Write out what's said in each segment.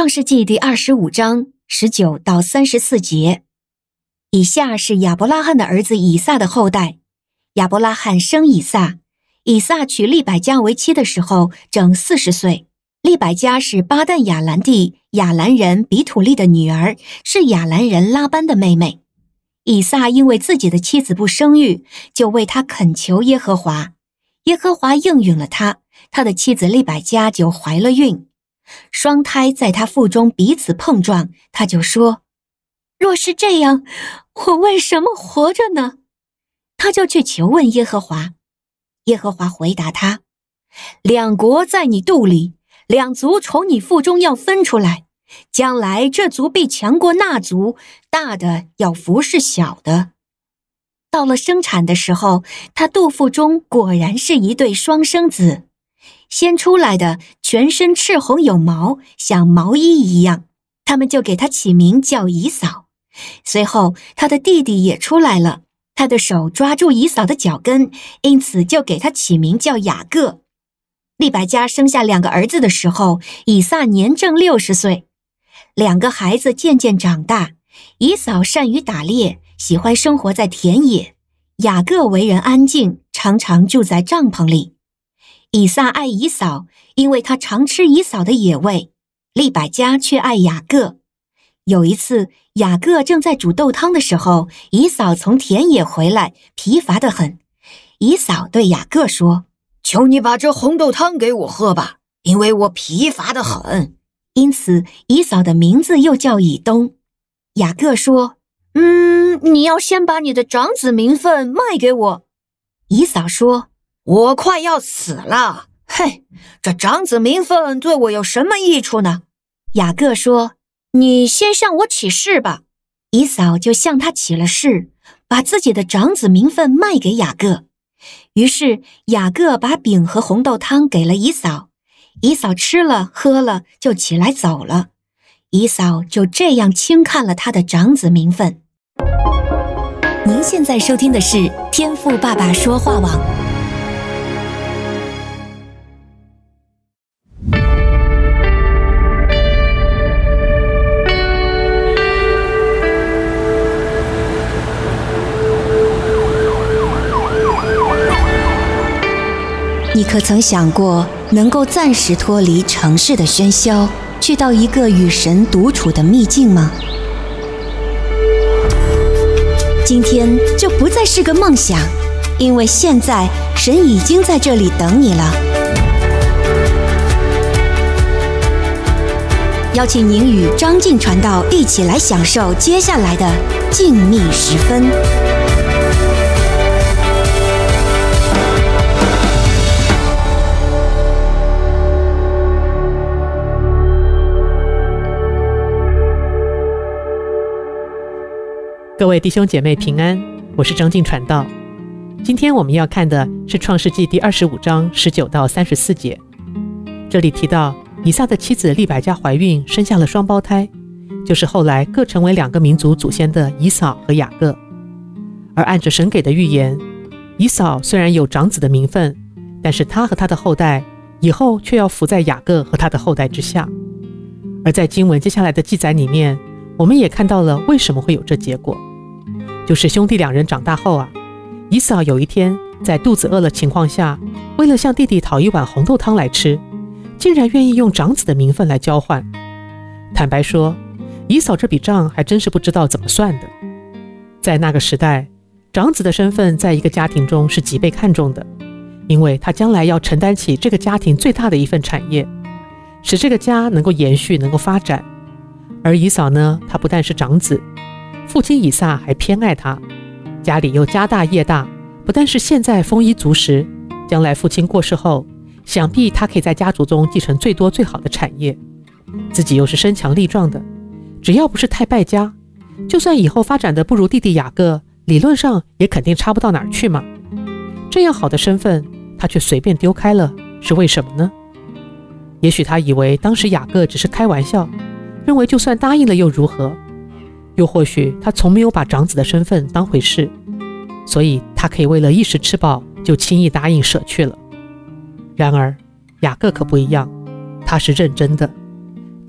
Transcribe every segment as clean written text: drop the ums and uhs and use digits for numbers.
创世纪第25章19到34节。以下是亚伯拉罕的儿子以撒的后代。亚伯拉罕生以撒，以撒娶利百加为妻的时候正40岁。利百加是巴旦亚兰地亚兰人比土利的女儿，是亚兰人拉班的妹妹。以撒因为自己的妻子不生育，就为她恳求耶和华。耶和华应允了他，他的妻子利百加就怀了孕。双胎在他腹中彼此碰撞，他就说：若是这样，我为什么活着呢？他就去求问耶和华。耶和华回答他：两国在你肚里，两族从你腹中要分出来，将来这族必强过那族，大的要服侍小的。到了生产的时候，他肚腹中果然是一对双生子。先出来的全身赤红有毛，像毛衣一样，他们就给他起名叫以扫。随后他的弟弟也出来了，他的手抓住以扫的脚跟，因此就给他起名叫雅各。利百加生下2个儿子的时候，以撒年正60岁。2个孩子渐渐长大，以扫善于打猎，喜欢生活在田野；雅各为人安静，常常住在帐篷里。以撒爱以扫，因为他常吃以扫的野味；利百加却爱雅各。有一次，雅各正在煮豆汤的时候，以扫从田野回来，疲乏得很。以扫对雅各说：求你把这红豆汤给我喝吧，因为我疲乏得很。因此，以扫的名字又叫以东。雅各说：你要先把你的长子名分卖给我。以扫说：我快要死了，嘿，这长子名分对我有什么益处呢？雅各说：你先向我起誓吧。以扫就向他起了誓，把自己的长子名分卖给雅各。于是雅各把饼和红豆汤给了以扫，以扫吃了喝了，就起来走了。以扫就这样轻看了他的长子名分。您现在收听的是天父爸爸说话网。你可曾想过，能够暂时脱离城市的喧嚣，去到一个与神独处的秘境吗？今天就不再是个梦想，因为现在神已经在这里等你了。邀请您与张晋传道一起来享受接下来的静谧时分。 各位弟兄姐妹平安，我是张晋传道。今天我们要看的是创世纪第25章19到34节。这里提到以撒的妻子利百加怀孕，生下了双胞胎，就是后来各成为2个民族祖先的以扫和雅各。而按着神给的预言，以扫虽然有长子的名分，但是他和他的后代以后却要服在雅各和他的后代之下。而在经文接下来的记载里面，我们也看到了为什么会有这结果。就是兄弟2人长大后以扫有一天在肚子饿了情况下，为了向弟弟讨一碗红豆汤来吃，竟然愿意用长子的名分来交换。坦白说，以扫这笔账还真是不知道怎么算的。在那个时代，长子的身份在一个家庭中是极被看重的，因为他将来要承担起这个家庭最大的一份产业，使这个家能够延续，能够发展。而以扫呢，他不但是长子，父亲以撒还偏爱他，家里又家大业大，不但是现在丰衣足食，将来父亲过世后，想必他可以在家族中继承最多最好的产业。自己又是身强力壮的，只要不是太败家，就算以后发展的不如弟弟雅各，理论上也肯定差不到哪儿去嘛。这样好的身份，他却随便丢开了，是为什么呢？也许他以为当时雅各只是开玩笑，认为就算答应了又如何？又或许他从没有把长子的身份当回事，所以他可以为了一时吃饱就轻易答应舍去了。然而雅各可不一样，他是认真的，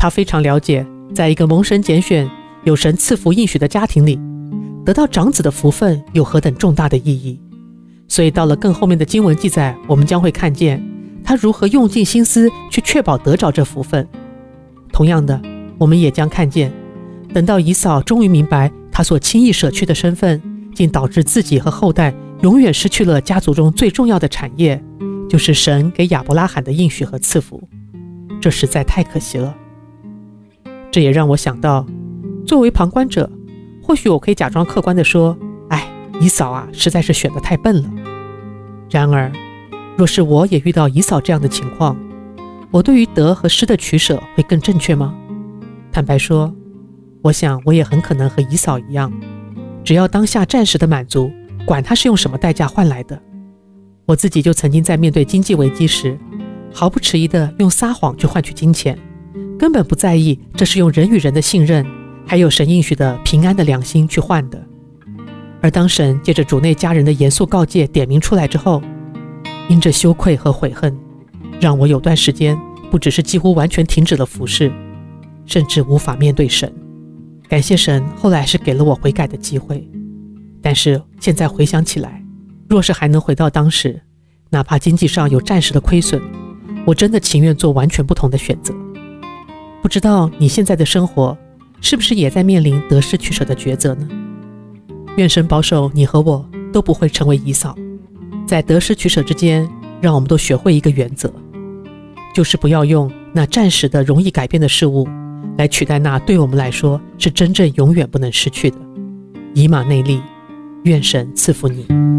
他非常了解，在一个蒙神拣选、有神赐福应许的家庭里，得到长子的福分有何等重大的意义。所以到了更后面的经文记载，我们将会看见他如何用尽心思去确保得着这福分。同样的，我们也将看见，等到以扫终于明白他所轻易舍去的身份，竟导致自己和后代永远失去了家族中最重要的产业，就是神给亚伯拉罕的应许和赐福。这实在太可惜了。这也让我想到，作为旁观者，或许我可以假装客观地说，以扫啊，实在是选得太笨了。然而，若是我也遇到以扫这样的情况，我对于得和失的取舍会更正确吗？坦白说，我想我也很可能和以扫一样，只要当下暂时的满足，管它是用什么代价换来的。我自己就曾经在面对经济危机时，毫不迟疑地用撒谎去换取金钱，根本不在意这是用人与人的信任，还有神应许的平安的良心去换的。而当神借着主内家人的严肃告诫点明出来之后，因着羞愧和悔恨，让我有段时间不只是几乎完全停止了服事，甚至无法面对神。感谢神后来是给了我悔改的机会，但是现在回想起来，若是还能回到当时，哪怕经济上有暂时的亏损，我真的情愿做完全不同的选择。不知道你现在的生活是不是也在面临得失取舍的抉择呢？愿神保守你和我都不会成为以扫，在得失取舍之间，让我们都学会一个原则，就是不要用那暂时的容易改变的事物来取代那对我们来说是真正永远不能失去的。以马内利，愿神赐福你。